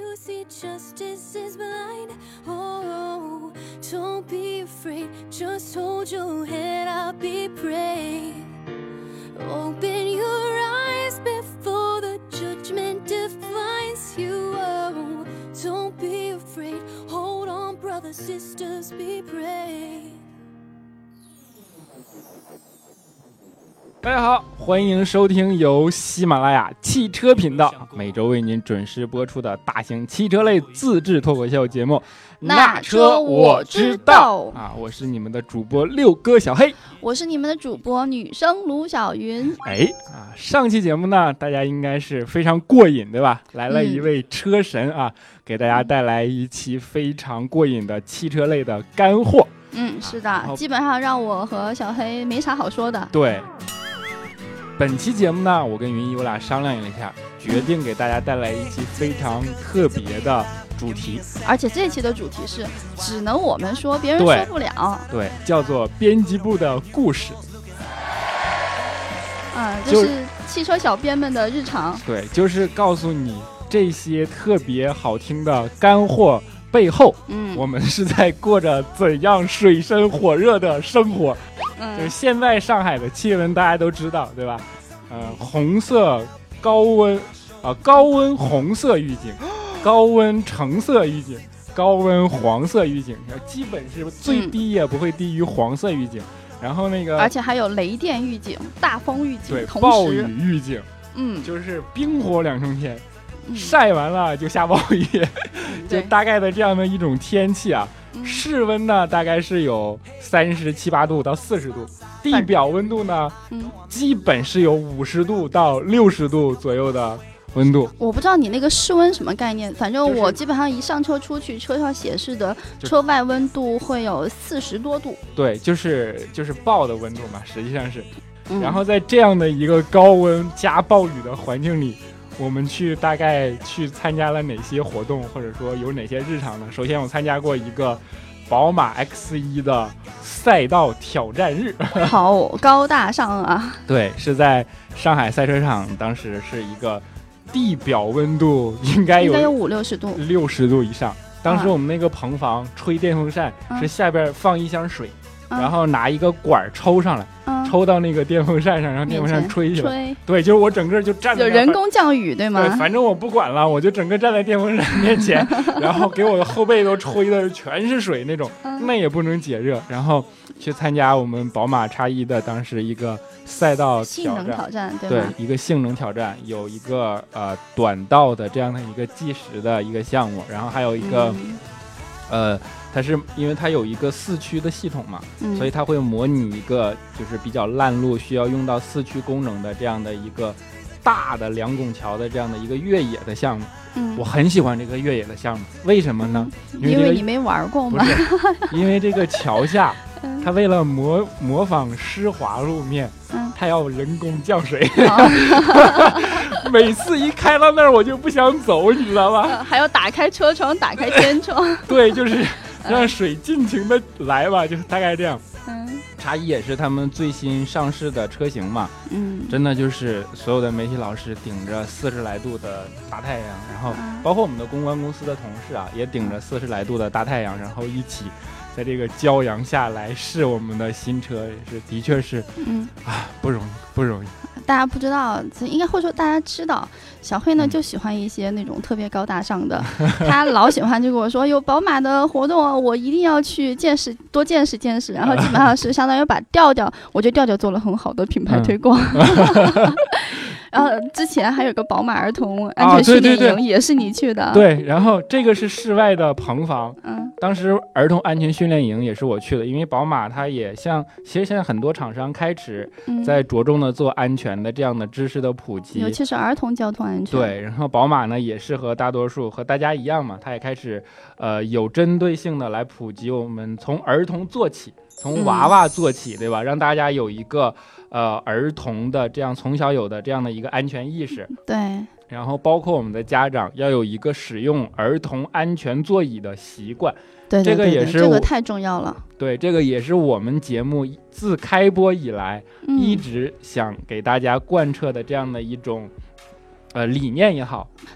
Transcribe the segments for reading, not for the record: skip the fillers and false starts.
you see justice is blind. Oh, don't be afraid, just hold your head up, be brave. Open your eyes before the judgment defines you. Oh, don't be afraid, hold on brothers, sisters, be brave. 大家好，欢迎收听由喜马拉雅汽车频道每周为您准时播出的大型汽车类自制脱口秀节目那车我知道啊，我是你们的主播六哥小黑， 我是你们的主播女生卢小云。 上期节目呢大家应该是非常过瘾对吧，来了一位车神啊，给大家带来一期非常过瘾的汽车类的干货。 是的，基本上让我和小黑没啥好说的。 对，本期节目呢，我跟云一我俩商量了一下，决定给大家带来一期非常特别的主题， 而且这期的主题是只能我们说，别人说不了。 对，叫做编辑部的故事。 就是汽车小编们的日常。对， 就是告诉你这些特别好听的干货背后，我们是在过着怎样水深火热的生活。就是现在上海的气温大家都知道对吧？红色高温高温红色预警，高温橙色预警，高温黄色预警，基本是最低也不会低于黄色预警。然后那个， 而且还有雷电预警、大风预警， 对，暴雨预警，就是冰火两重天，晒完了就下暴雨，就大概的这样的一种天气啊。室温呢大概是有37、8度到40度，地表温度呢，基本是有50度到60度左右的温度。我不知道你那个室温什么概念，反正我基本上一上车出去，车上显示的车外温度会有40多度。 对，就是报的温度嘛，实际上是。然后在这样的一个高温加暴雨的环境里，我们大概去参加了哪些活动，或者说有哪些日常呢？首先我参加过一个宝马 X1 的赛道挑战日， 好高大上啊！ 对，是在上海赛车场，当时是一个地表温度应该有 50-60度 ，60度以上。当时我们那个棚房吹电风扇，是下边放一箱水，然后拿一个管抽上来，抽到那个电风扇上，然后电风扇吹起来。对，就是我整个就站在有人工降雨对吗？ 对，反正我不管了，我就整个站在电风扇面前，然后给我的后背都吹的全是水那种，那也不能解热。然后去参加我们宝马X1的当时一个赛道性能挑战， 对，一个性能挑战，有一个短道的这样的一个计时的一个项目，然后还有一个它是因为它有一个4驱的系统嘛，所以它会模拟一个就是比较烂路需要用到4驱功能的这样的一个大的2拱桥的这样的一个越野的项目。我很喜欢这个越野的项目，为什么呢？ 因为你没玩过吗？ 不是，因为这个桥下它为了模仿湿滑路面，它要人工降水。每次一开到那儿我就不想走，你知道吧？ 还要打开车窗，打开天窗。 对，就是让水尽情的来吧，就是大概这样。X1也是他们最新上市的车型嘛，真的就是所有的媒体老师顶着40来度的大太阳，然后包括我们的公关公司的同事啊，也顶着40来度的大太阳，然后一起在这个骄阳下来试我们的新车，也是的确是，不容易，不容易。 大家不知道，应该会说大家知道，小黑呢就喜欢一些那种特别高大上的，他老喜欢就跟我说有宝马的活动，我一定要去多见识见识，然后基本上是相当于把调调，我觉得调调做了很好的品牌推广。然后之前还有个宝马儿童安全训练营，也是你去的。 对，然后这个是室外的棚房，当时儿童安全训练营也是我去的，因为宝马它也其实现在很多厂商开始在着重的做安全的这样的知识的普及， 尤其是儿童交通安全。 对，然后宝马呢也是和大多数和大家一样嘛，它也开始有针对性的来普及我们从儿童做起，从娃娃做起，对吧？让大家有一个儿童的这样从小有的这样的一个安全意识。 对， 然后包括我们的家长要有一个使用儿童安全座椅的习惯。 对， 这个也是这个太重要了。 对，这个也是我们节目自开播以来一直想给大家贯彻的这样的一种理念也好，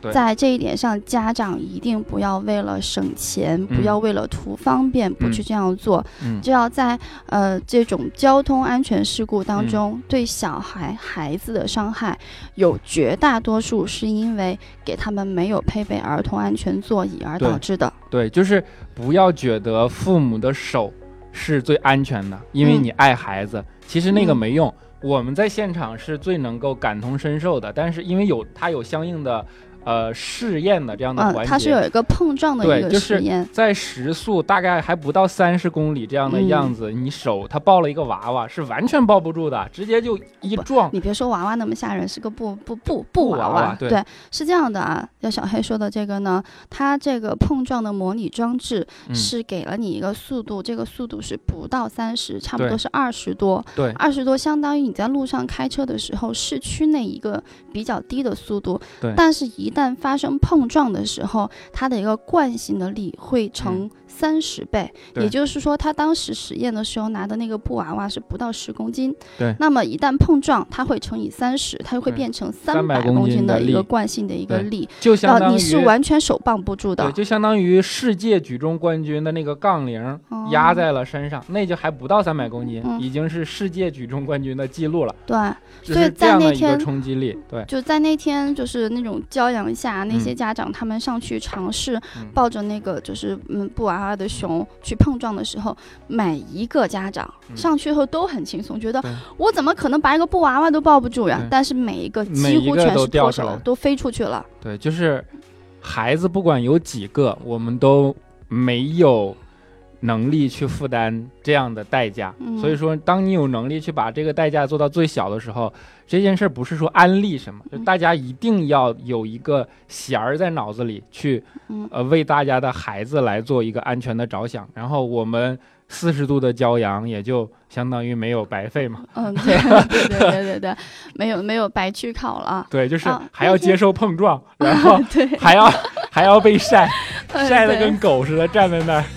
在这一点上，家长一定不要为了省钱，不要为了图方便不去这样做，就要在这种交通安全事故当中，对孩子的伤害有绝大多数是因为给他们没有配备儿童安全座椅而导致的。 对，就是不要觉得父母的手是最安全的，因为你爱孩子，其实那个没用。我们在现场是最能够感同身受的，但是因为它有相应的试验的这样的环节， 它是有一个碰撞的一个实验， 就是在时速大概还不到30公里这样的样子，你手它抱了一个娃娃是完全抱不住的，直接就一撞。 你别说娃娃那么吓人，是个布娃娃。对，是这样的啊。要小黑说的这个呢，它这个碰撞的模拟装置是给了你一个速度，这个速度是不到30，差不多是20多。 对 ，20多相当于你在路上开车的时候，市区内一个比较低的速度。 对， 但是一旦发生碰撞的时候，它的一个惯性的力会成30倍，也就是说他当时实验的时候拿的那个布娃娃是不到10公斤， 对， 那么一旦碰撞它会乘以30，它就会变成300公斤的一个惯性的一个力， 就相当于你是完全手抱不住的。 对，就相当于世界举重冠军的那个杠铃压在了身上，那就还不到300公斤，已经是世界举重冠军的记录了。 对， 所以在那天冲击力，对， 就在那天就是那种骄阳下，那些家长他们上去尝试抱着那个就是布娃娃的熊去碰撞的时候，每一个家长上去后都很轻松，觉得我怎么可能把一个布娃娃都抱不住呀？但是每一个几乎全是脱手，都飞出去了。 对，就是孩子不管有几个，我们都没有能力去负担这样的代价，所以说当你有能力去把这个代价做到最小的时候，这件事不是说安利什么，就大家一定要有一个弦儿在脑子里去为大家的孩子来做一个安全的着想，然后我们40度的骄阳也就相当于没有白费嘛。 对，没有白去考了。 对，就是还要接受碰撞，然后还要被晒得跟狗似的站在那儿。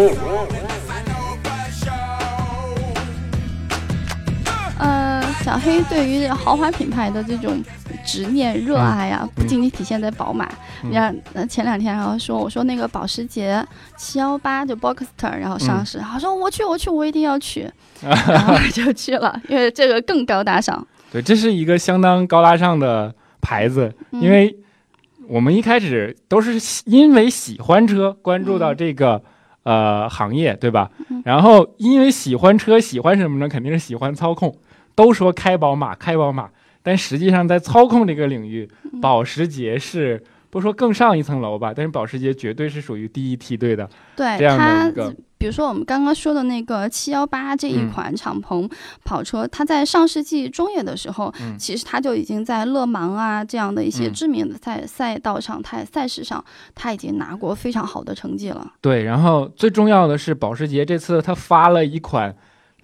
小黑对于豪华品牌的这种执念热爱啊，不仅仅体现在宝马。你看，前2天然后我说那个保时捷718就 Boxster 然后上市，他说我去，我一定要去，然后就去了，因为这个更高大上。 对，这是一个相当高大上的牌子，因为我们一开始都是因为喜欢车关注到这个行业，对吧？然后因为喜欢车，喜欢什么呢？肯定是喜欢操控。都说开宝马，但实际上在操控这个领域，保时捷是不说更上一层楼吧，但是保时捷绝对是属于第一梯队的。 对， 这样的一个， 比如说我们刚刚说的那个718这一款敞篷跑车，它在上世纪中叶的时候，其实它就已经在勒芒啊这样的一些知名的赛道上、赛事上，它已经拿过非常好的成绩了。 对，然后最重要的是，保时捷这次它发了一款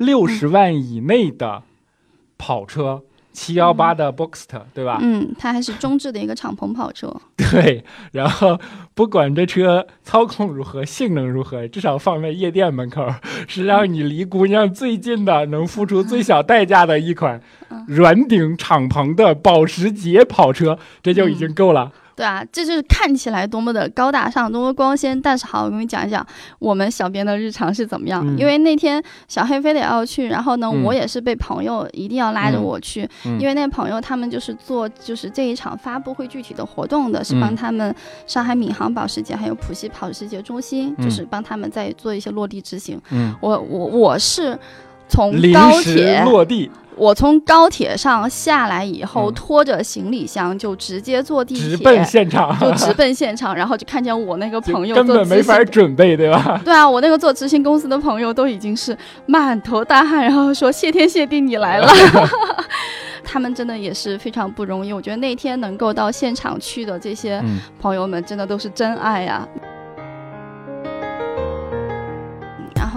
60万以内的跑车718的 Boxster，对吧？ 它还是中置的一个敞篷跑车。 对，然后不管这车操控如何，性能如何，至少放在夜店门口，是让你离姑娘最近的，能付出最小代价的一款软顶敞篷的保时捷跑车，这就已经够了。 对啊，这就是看起来多么的高大上，多么光鲜。但是好，我跟你讲一讲我们小编的日常是怎么样。因为那天小黑非得要去，然后呢，我也是被朋友一定要拉着我去，因为那朋友他们就是做就是这一场发布会具体的活动的，是帮他们上海闵行保时捷还有浦西保时捷中心，就是帮他们在做一些落地执行。我是从高铁落地。 我从高铁上下来以后，拖着行李箱就直接坐地铁， 直奔现场， 然后就看见我那个朋友根本没法准备，对吧？ 对啊，我那个做执行公司的朋友都已经是满头大汗，然后说谢天谢地你来了。他们真的也是非常不容易，我觉得那天能够到现场去的这些朋友们真的都是真爱呀。然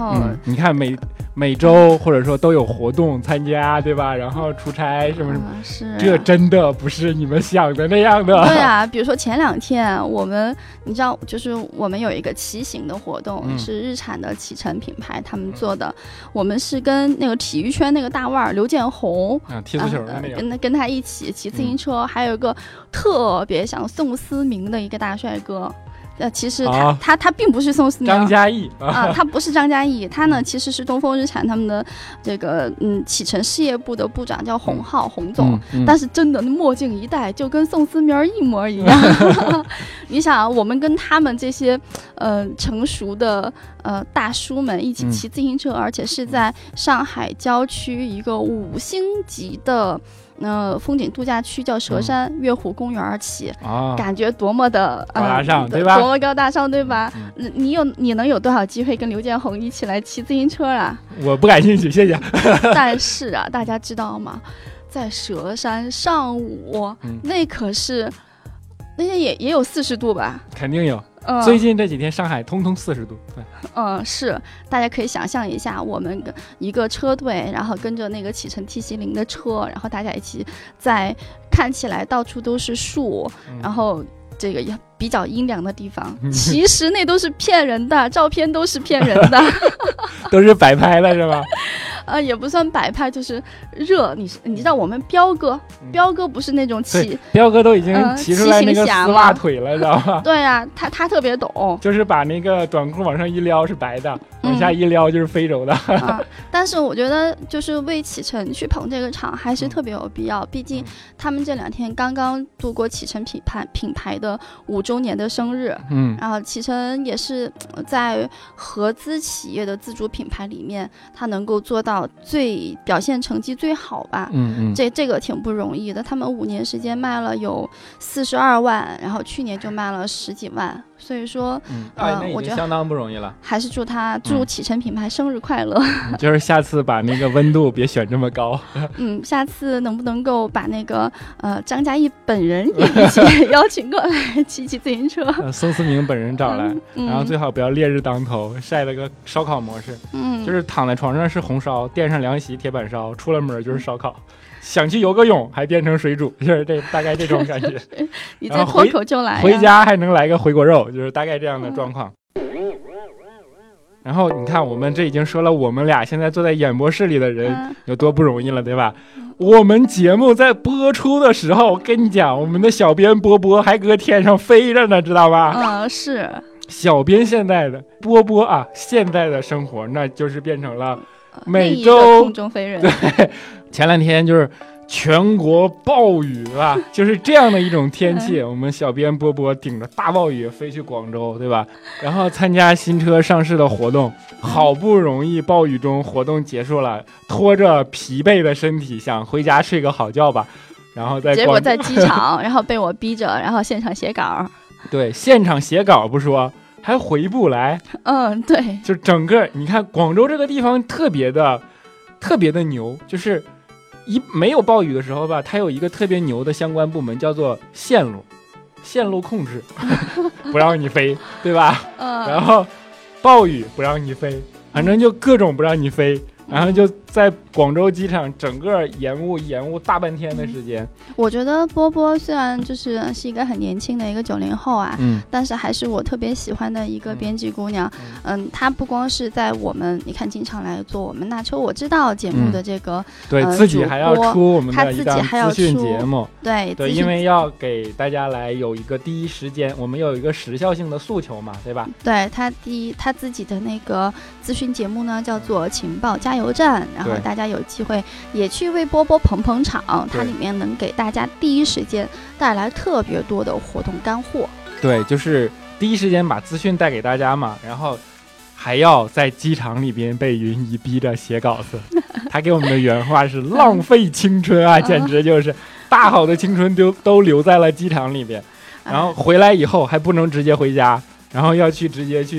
后你看每周或者说都有活动参加，对吧？然后出差什么什么， 是这真的不是你们想的那样的。 对啊，比如说前2天你知道，就是我们有一个骑行的活动，是日产的启辰品牌他们做的，我们是跟那个体育圈那个大腕刘建宏踢足球的那个， 跟他一起骑自行车，还有一个特别像宋思明的一个大帅哥。其实他并不是宋思明， 张嘉译他不是张嘉译，他呢其实是东风日产他们的这个启辰事业部的部长，叫洪浩洪总，但是真的墨镜一戴就跟宋思明一模一样。你想，我们跟他们这些成熟的大叔们一起骑自行车，而且是在上海郊区一个5星级的风景度假区叫佘山月湖公园骑，感觉多么的高大上，对吧？ 多么高大上，对吧？你能有多少机会跟刘建宏一起来骑自行车啊？ 我不感兴趣，谢谢。 但是啊，大家知道吗？在佘山上午，那可是那天也有40度吧？ 肯定有。最近这几天上海通通40度。 对，是，大家可以想象一下，我们一个车队，然后跟着那个启辰 T70的车，然后大家一起在看起来到处都是树，然后这个也比较阴凉的地方，其实那都是骗人的，照片都是骗人的， 都是摆拍的是吧？ 也不算摆拍，就是热。你知道我们彪哥不是那种骑， 彪哥都已经骑出来那个丝袜腿了，知道吧？ 对啊，他特别懂， 就是把那个短裤往上一撩是白的，往下一撩就是非洲的。 但是我觉得就是为启辰去捧这个场还是特别有必要，毕竟他们这2天刚刚度过启辰品牌的5周年的生日，然后启辰也是在合资企业的自主品牌里面，他能够做到表现成绩最好吧，这个挺不容易的。他们5年时间卖了有42万，然后去年就卖了10几万，所以说，我觉得相当不容易了。 还是祝启辰品牌生日快乐。 就是下次把那个温度别选这么高。 下次能不能够把那个张嘉译本人也一起邀请过来骑自行车？ 宋思明本人找来，然后最好不要烈日当头，晒了个烧烤模式，就是躺在床上是红烧，垫上凉席铁板烧，出了门就是烧烤。想去游个泳还变成水煮，就是大概这种感觉。 你再脱口就来， 回家还能来个回锅肉，就是大概这样的状况。然后你看，我们这已经说了，我们俩现在坐在演播室里的人有多不容易了，对吧？我们节目在播出的时候，跟你讲，我们的小编波波还搁天上飞着呢，知道吧？ 是。 小编现在的波波啊，现在的生活那就是变成了每周空中飞人。 对，前2天就是全国暴雨吧，就是这样的一种天气，我们小编波波顶着大暴雨飞去广州，对吧？然后参加新车上市的活动，好不容易暴雨中活动结束了，拖着疲惫的身体想回家睡个好觉吧，然后结果在机场，然后被我逼着，然后现场写稿。 对，现场写稿不说，还回不来。 对， 就整个你看广州这个地方特别的牛，就是没有暴雨的时候吧，它有一个特别牛的相关部门叫做线路控制，不让你飞，对吧？然后暴雨不让你飞，反正就各种不让你飞。然后就在广州机场整个延误大半天的时间。 我觉得波波虽然是一个很年轻的一个90后啊，但是还是我特别喜欢的一个编辑姑娘。她不光是在我们你看经常来做我们那车我知道节目的这个， 对自己还要出我们的一档资讯节目， 对， 因为要给大家来有一个第一时间，我们有一个时效性的诉求嘛，对吧？ 对，他自己的那个资讯节目呢叫做情报加油站，然后大家有机会也去为波波捧场，它里面能给大家第一时间带来特别多的活动干货。 对，就是第一时间把资讯带给大家嘛，然后还要在机场里边被云姨逼着写稿子。他给我们的原话是浪费青春啊，简直就是大好的青春都留在了机场里边，然后回来以后还不能直接回家，然后要直接去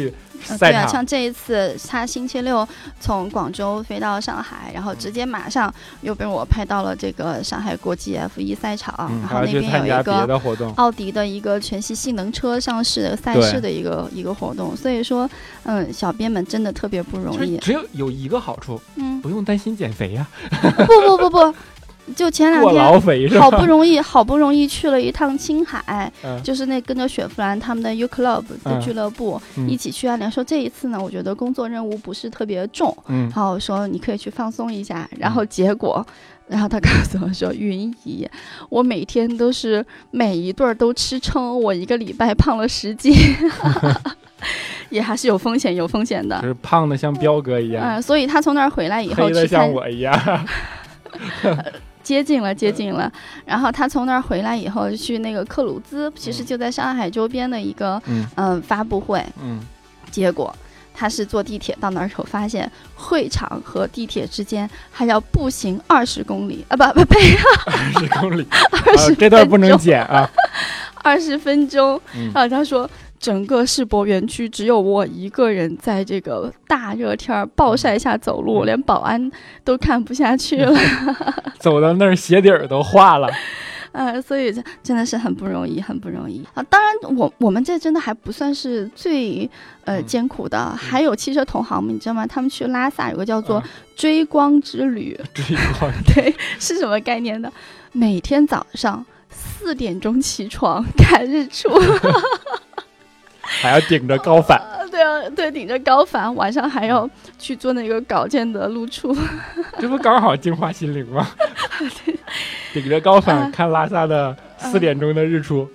赛场。 对啊，像这一次他星期六从广州飞到上海，然后直接马上又被我派到了这个上海国际 F1 赛场，然后那边有一个奥迪的一个全系性能车上市的赛事的一个活动。所以说小编们真的特别不容易。 只有一个好处，不用担心减肥呀。 不就前2天好不容易去了一趟青海，就是那跟着雪佛兰他们的 U Club 的俱乐部一起去阿联说这一次呢，我觉得工作任务不是特别重，然后说你可以去放松一下，然后结果然后他告诉我说，云姨，我每天都是每一顿都吃撑，我1个礼拜胖了10斤。也还是有风险的， 就是胖的像彪哥一样。 所以他从那儿回来以后， 黑的像我一样。 接近了。然后他从那儿回来以后，去那个克鲁兹，其实就在上海周边的一个发布会。结果他是坐地铁到那儿后，发现会场和地铁之间还要步行20公里啊，不 ，20公里，20这段不能剪啊 ，20分钟。然后他说，整个世博园区只有我一个人在这个大热天暴晒下走路，连保安都看不下去了。 走到那儿鞋底儿都化了。 所以真的是很不容易啊！当然，我们这真的还不算是最艰苦的，还有汽车同行们，你知道吗？他们去拉萨有个叫做追光之旅。追光，对，是什么概念呢？每天早上4点钟起床看日出。 还要顶着高反。 对，顶着高反，晚上还要去做那个稿件的露出。 这不刚好净化心灵吗？顶着高反看拉萨的4点钟的日出。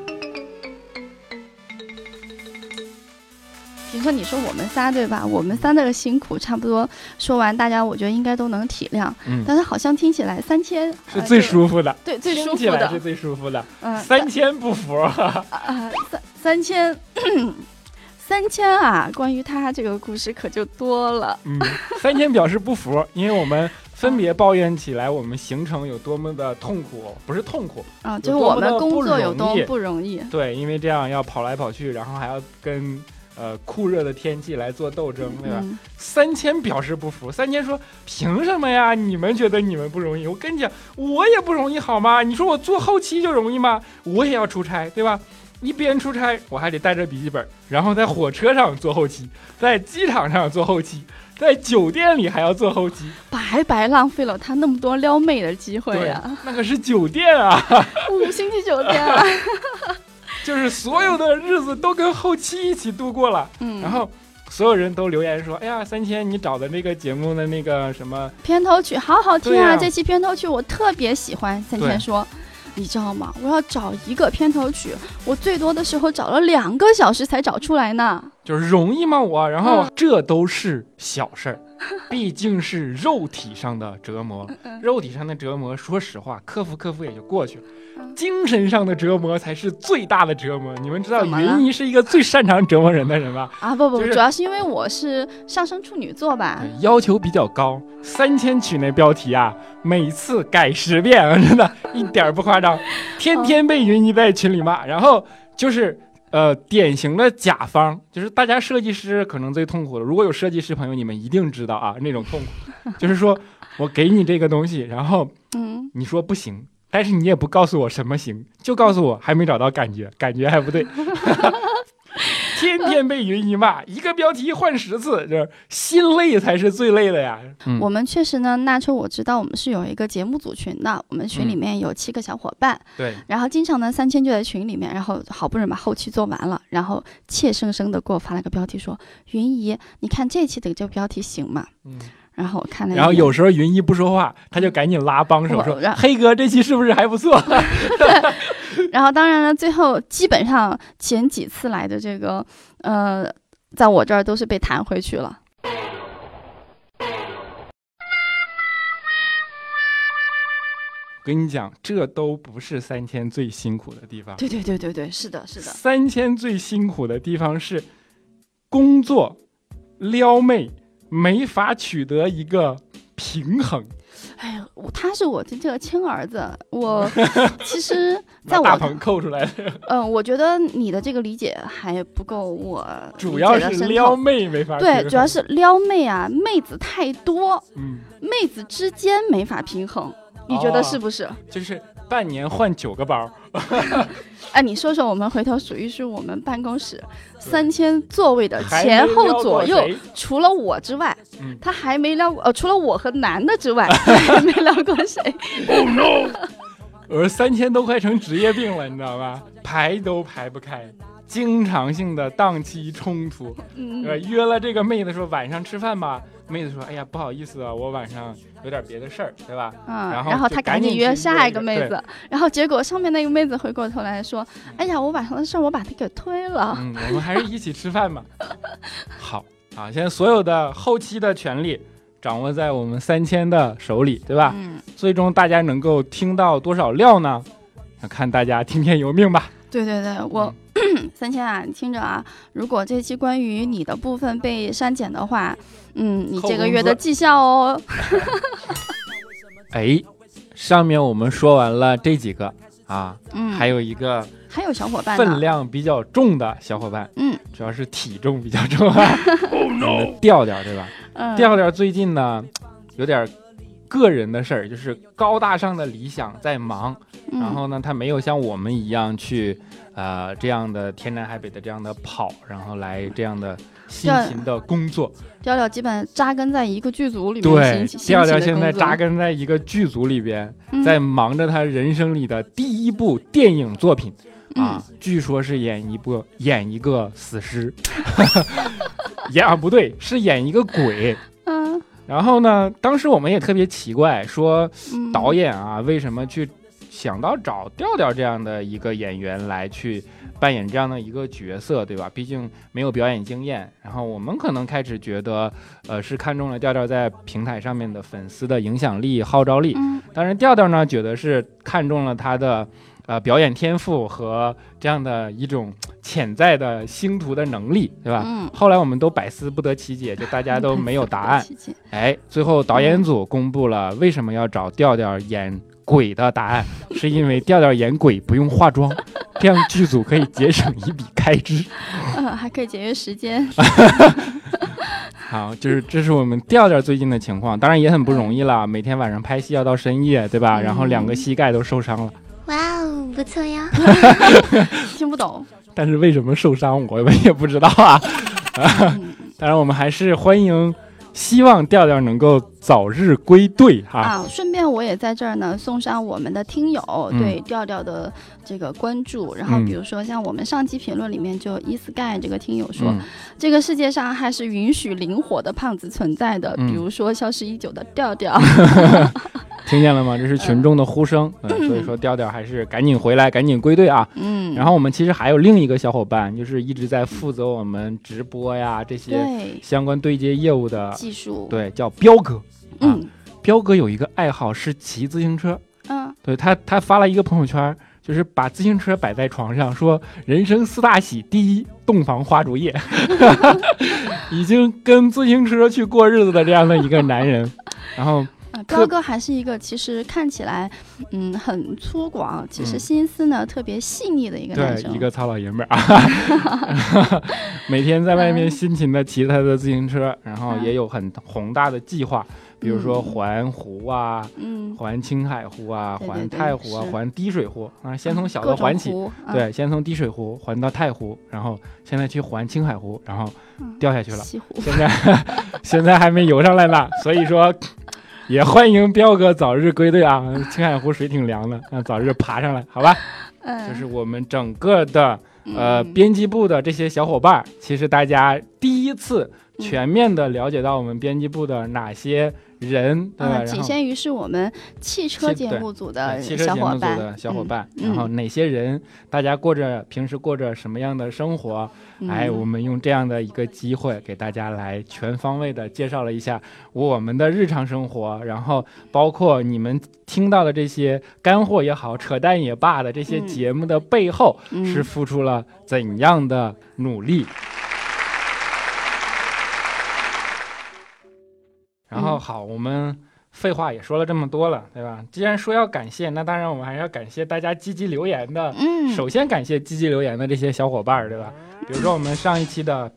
比如说你说我们仨对吧？我们仨的辛苦差不多说完，大家我觉得应该都能体谅。但是好像听起来3000 是最舒服的， 对，最舒服的，听起来是最舒服的。3000不服 3000啊！关于他这个故事可就多了。 3000表示不服，因为我们分别抱怨起来我们行程有多么的痛苦，不是痛苦啊，就是我们工作有多么不容易。 对，因为这样要跑来跑去，然后还要跟酷热的天气来做斗争，对吧？3000表示不服，3000说凭什么呀？你们觉得你们不容易？我跟你讲，我也不容易好吗？你说我做后期就容易吗？我也要出差，对吧？一边出差我还得带着笔记本，然后在火车上做后期，在机场上做后期，在酒店里还要做后期， 白浪费了他那么多撩妹的机会啊！ 那可是酒店啊 ，5星级酒店啊， 就是所有的日子都跟后期一起度过了。然后所有人都留言说，哎呀，3000你找的那个节目的那个什么片头曲好好听啊，这期片头曲我特别喜欢。3000说，你知道吗？我要找一个片头曲，我最多的时候找了2个小时才找出来呢。 就是容易吗我？然后这都是小事儿，毕竟是肉体上的折磨。肉体上的折磨，说实话，克服也就过去了。精神上的折磨才是最大的折磨。你们知道云姨是一个最擅长折磨人的人吧？ 不，主要是因为我是上升处女座吧， 要求比较高。3000曲那标题啊，每次改10遍，真的一点不夸张。天天被云姨在群里骂，然后就是典型的甲方，就是大家设计师可能最痛苦的。如果有设计师朋友，你们一定知道啊，那种痛苦就是说我给你这个东西，然后你说不行。但是你也不告诉我什么行，就告诉我还没找到感觉还不对。天天被云姨骂，一个标题换10次，就是心累才是最累的呀。 我们确实呢，那时候我知道我们是有一个节目组群的，我们群里面有7个小伙伴。 对。 然后经常呢，3000就在群里面，然后好不容易把后期做完了，然后怯生生的给我发了个标题说：“云姨，你看这期的这个标题行吗？”然后我看了一眼， 然后有时候云姨不说话，他就赶紧拉帮手说：“黑哥，这期是不是还不错？” 然后当然了，最后基本上前几次来的这个，在我这儿都是被弹回去了。 跟你讲，这都不是3000最辛苦的地方。 对，是的。 3000最辛苦的地方是工作、撩妹。没法取得一个平衡。 哎呀，他是我的这个亲儿子，我其实在我大棚扣出来的。 我觉得你的这个理解还不够我主要是撩妹没法平衡。 对，主要是撩妹啊，妹子太多，妹子之间没法平衡，你觉得是不是？ 就是半年换9个包。 哎，你说说，我们回头数一数我们办公室3000座位的前后左右，除了我之外，他还没撩过，除了我和男的之外，还没撩过谁。 Oh no！ 我说3000都快成职业病了，你知道吧？排都排不开，经常性的档期冲突。约了这个妹子说晚上吃饭吧，妹子说哎呀不好意思啊，我晚上有点别的事儿，对吧？然后他赶紧约下一个妹子，然后结果上面那个妹子回过头来说，哎呀我晚上的事儿我把他给推了。 我们还是一起吃饭吧。好啊，现在所有的后期的权利掌握在我们3000的手里，对吧？最终大家能够听到多少料呢？那看大家听天由命吧。 对对对，我3000啊，你听着啊，如果这期关于你的部分被删减的话，你这个月的绩效哦。 哎，上面我们说完了这几个啊，还有一个， 还有小伙伴分量比较重的小伙伴，主要是体重比较重啊。Oh no！ 调调对吧？调调最近呢有点个人的事儿，就是高大上的理想在忙，然后呢他没有像我们一样去这样的天南海北的这样的跑，然后来这样的辛勤的工作。 调调基本扎根在一个剧组里面， 对，调调现在扎根在一个剧组里边，在忙着他人生里的第一部电影作品据说是演一个死尸。不对，是演一个鬼。然后呢当时我们也特别奇怪，说导演啊为什么去想到找调调这样的一个演员来去扮演这样的一个角色，对吧？毕竟没有表演经验。然后我们可能开始觉得是看中了调调在平台上面的粉丝的影响力号召力。当然调调呢觉得是看中了他的表演天赋和这样的一种潜在的星途的能力，对吧？后来我们都百思不得其解，就大家都没有答案。最后导演组公布了为什么要找调调演鬼的答案，是因为调调演鬼不用化妆，这样剧组可以节省一笔开支， 还可以节约时间。 好，这是我们调调最近的情况，当然也很不容易了，每天晚上拍戏要到深夜，对吧？然后2个膝盖都受伤了。 哇哦，不错呀。 听不懂， 但是为什么受伤我们也不知道啊。当然我们还是欢迎希望调调能够早日归队顺便我也在这儿呢送上我们的听友对调调的这个关注，然后比如说像我们上期评论里面就sky 这个听友说，这个世界上还是允许灵活的胖子存在的，比如说消失已久的调调。 听见了吗？这是群众的呼声。所以说调调还是赶紧回来，赶紧归队啊。然后我们其实还有另一个小伙伴，就是一直在负责我们直播呀这些相关对接业务的技术， 对，叫彪哥。彪哥有一个爱好是骑自行车。对，他发了一个朋友圈，就是把自行车摆在床上，说人生4大喜，第一洞房花烛夜。已经跟自行车去过日子的这样的一个男人。然后彪哥还是一个其实看起来很粗犷，其实心思呢特别细腻的一个男生， 对，一个糙老爷们儿。每天在外面辛勤的骑他的自行车，然后也有很宏大的计划，比如说环湖啊，环青海湖啊，环太湖啊，环滴水湖啊，先从小的环起，对，先从滴水湖环到太湖，然后现在去环青海湖，然后掉下去了，现在还没游上来呢，所以说也欢迎彪哥早日归队啊！青海湖水挺凉的，早日爬上来，好吧？就是我们整个的编辑部的这些小伙伴，其实大家第一次全面的了解到我们编辑部的哪些人，对吧？ 仅限于是我们汽车节目组的小伙伴， 然后哪些人大家平时过着什么样的生活，我们用这样的一个机会给大家来全方位的介绍了一下我们的日常生活，然后包括你们听到的这些干货也好，扯淡也罢的这些节目的背后是付出了怎样的努力。然后好，我们废话也说了这么多了，对吧？既然说要感谢，那当然我们还是要感谢大家积极留言的。首先感谢积极留言的这些小伙伴，对吧？比如说我们上一期的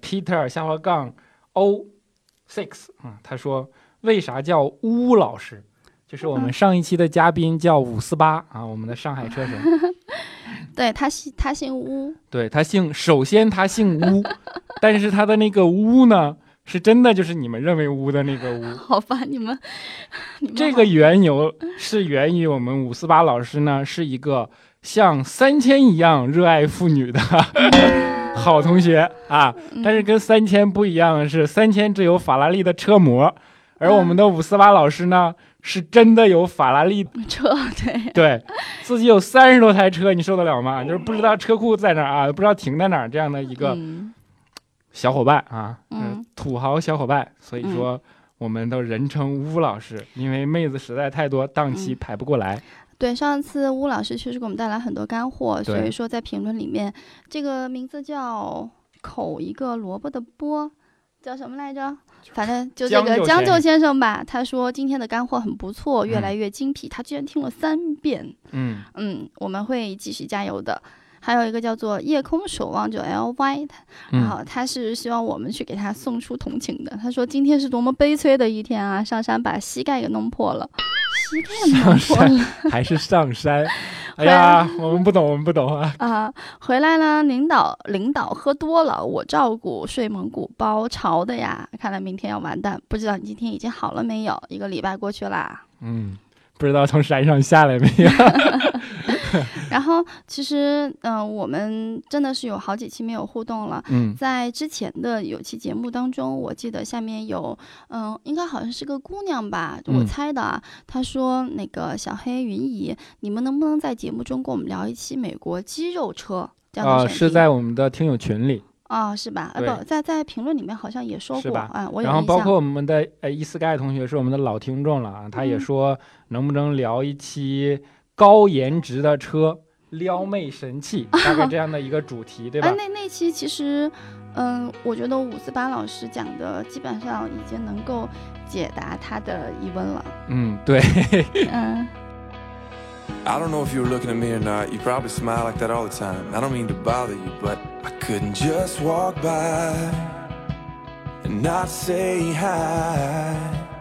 Peter_O6，他说为啥叫乌老师？就是我们上一期的嘉宾叫548啊，我们的上海车神。 对，他姓乌。对， 首先他姓乌，但是他的那个乌呢？是真的就是你们认为污的那个污。 好吧，你们这个缘由是源于我们548老师呢是一个像3000一样热爱妇女的好同学啊，但是跟3000不一样的是3000只有法拉利的车模，而我们的548老师呢是真的有法拉利车， 对，自己有30多台车，你受得了吗？就是不知道车库在哪儿啊，不知道停在哪儿，这样的一个小伙伴啊，土豪小伙伴，所以说我们都人称乌老师，因为妹子实在太多，档期排不过来。 对，上次乌老师确实给我们带来很多干货，所以说在评论里面，这个名字叫口一个萝卜的波，叫什么来着？反正就这个江救先生吧，他说今天的干货很不错，越来越精辟，他居然听了3遍。我们会继续加油的。还有一个叫做夜空守望者 LY， 然后他是希望我们去给他送出同情的。他说今天是多么悲催的一天啊！上山把膝盖给弄破了，膝盖弄破了， 还是上山？哎呀，我们不懂啊！ 回来了，领导喝多了，我照顾，睡蒙古包潮的呀！看来明天要完蛋，不知道你今天已经好了没有？1个礼拜过去啦。 不知道从山上下来没有。 然后其实我们真的是有好几期没有互动了。在之前的有期节目当中，我记得下面有应该好像是个姑娘吧，我猜的啊。她说那个小黑云姨，你们能不能在节目中跟我们聊一期美国肌肉车这样的选题？ 是在我们的听友群里。 是吧？不，在评论里面好像也说过，我有印象。 然后包括我们的Sky 同学是我们的老听众了啊，他也说能不能聊一期高颜值的车撩妹神器，大概这样的一个主题，对吧？ 那期其实，我觉得548老师讲的基本上已经能够解答他的疑问了。 对。 I don't know if you were looking at me or not. You probably smile like that all the time. I don't mean to bother you, but I couldn't just walk by and not say hi.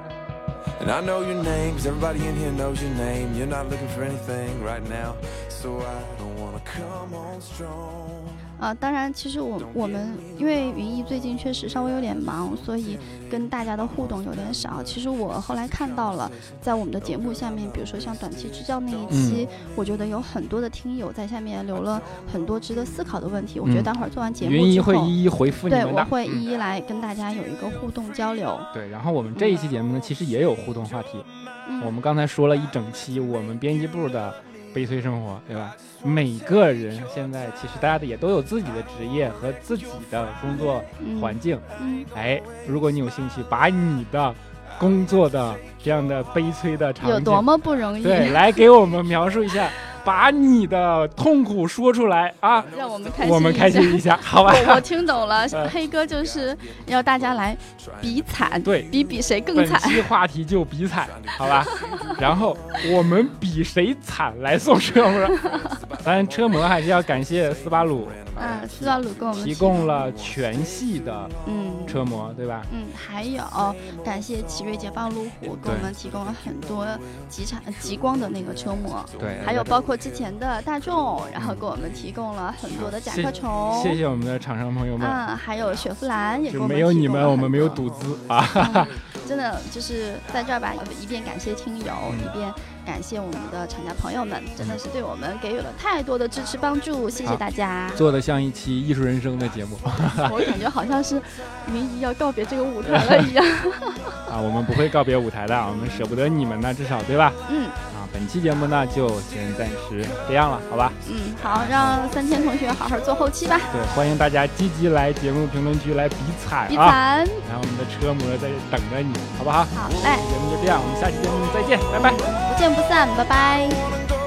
And I know your name, 'cause everybody in here knows your name. You're not looking for anything right now, so I don't wanna come on strong. 当然其实我们因为云逸最近确实稍微有点忙，所以跟大家的互动有点少。其实我后来看到了在我们的节目下面，比如说像短期支教那一期，我觉得有很多的听友在下面留了很多值得思考的问题。我觉得待会儿做完节目之后， 云逸会一一回复你们的。 对，我会一一来跟大家有一个互动交流。 对，然后我们这一期节目呢，其实也有互动话题。我们刚才说了一整期我们编辑部的悲催生活，对吧？每个人现在其实大家也都有自己的职业和自己的工作环境。如果你有兴趣把你的工作的这样的悲催的场景有多么不容易， 对，来给我们描述一下，把你的痛苦说出来啊， 让我们开心一下，好吧？ 我听懂了，黑哥就是要大家来比惨， 对， 比谁更惨。 本期话题就比惨，好吧？然后我们比谁惨来送车模。当然，车模还是要感谢斯巴鲁， 斯巴鲁给我们提供了全系的车模，对吧？ 还有感谢奇瑞解放路虎给我们提供了很多极光的那个车模， 对， 还有包括之前的大众，然后给我们提供了很多的甲壳虫， 谢谢我们的厂商朋友们。 还有雪佛兰也给我们没有你们，我们没有赌资啊。 真的就是在这儿吧，一边感谢听友，一边感谢我们的厂家朋友们，真的是对我们给予了太多的支持帮助，谢谢大家。 做的像一期艺术人生的节目， 我感觉好像是云姨要告别这个舞台了一样。 我们不会告别舞台的，我们舍不得你们呢，至少对吧？本期节目呢就先暂时这样了，好吧？ 好，让3000同学好好做后期吧。 对，欢迎大家积极来节目评论区来比惨啊！ 然后我们的车模在等着你，好不好？ 好嘞， 节目就这样，我们下期节目再见，拜拜， 不见不散，拜拜。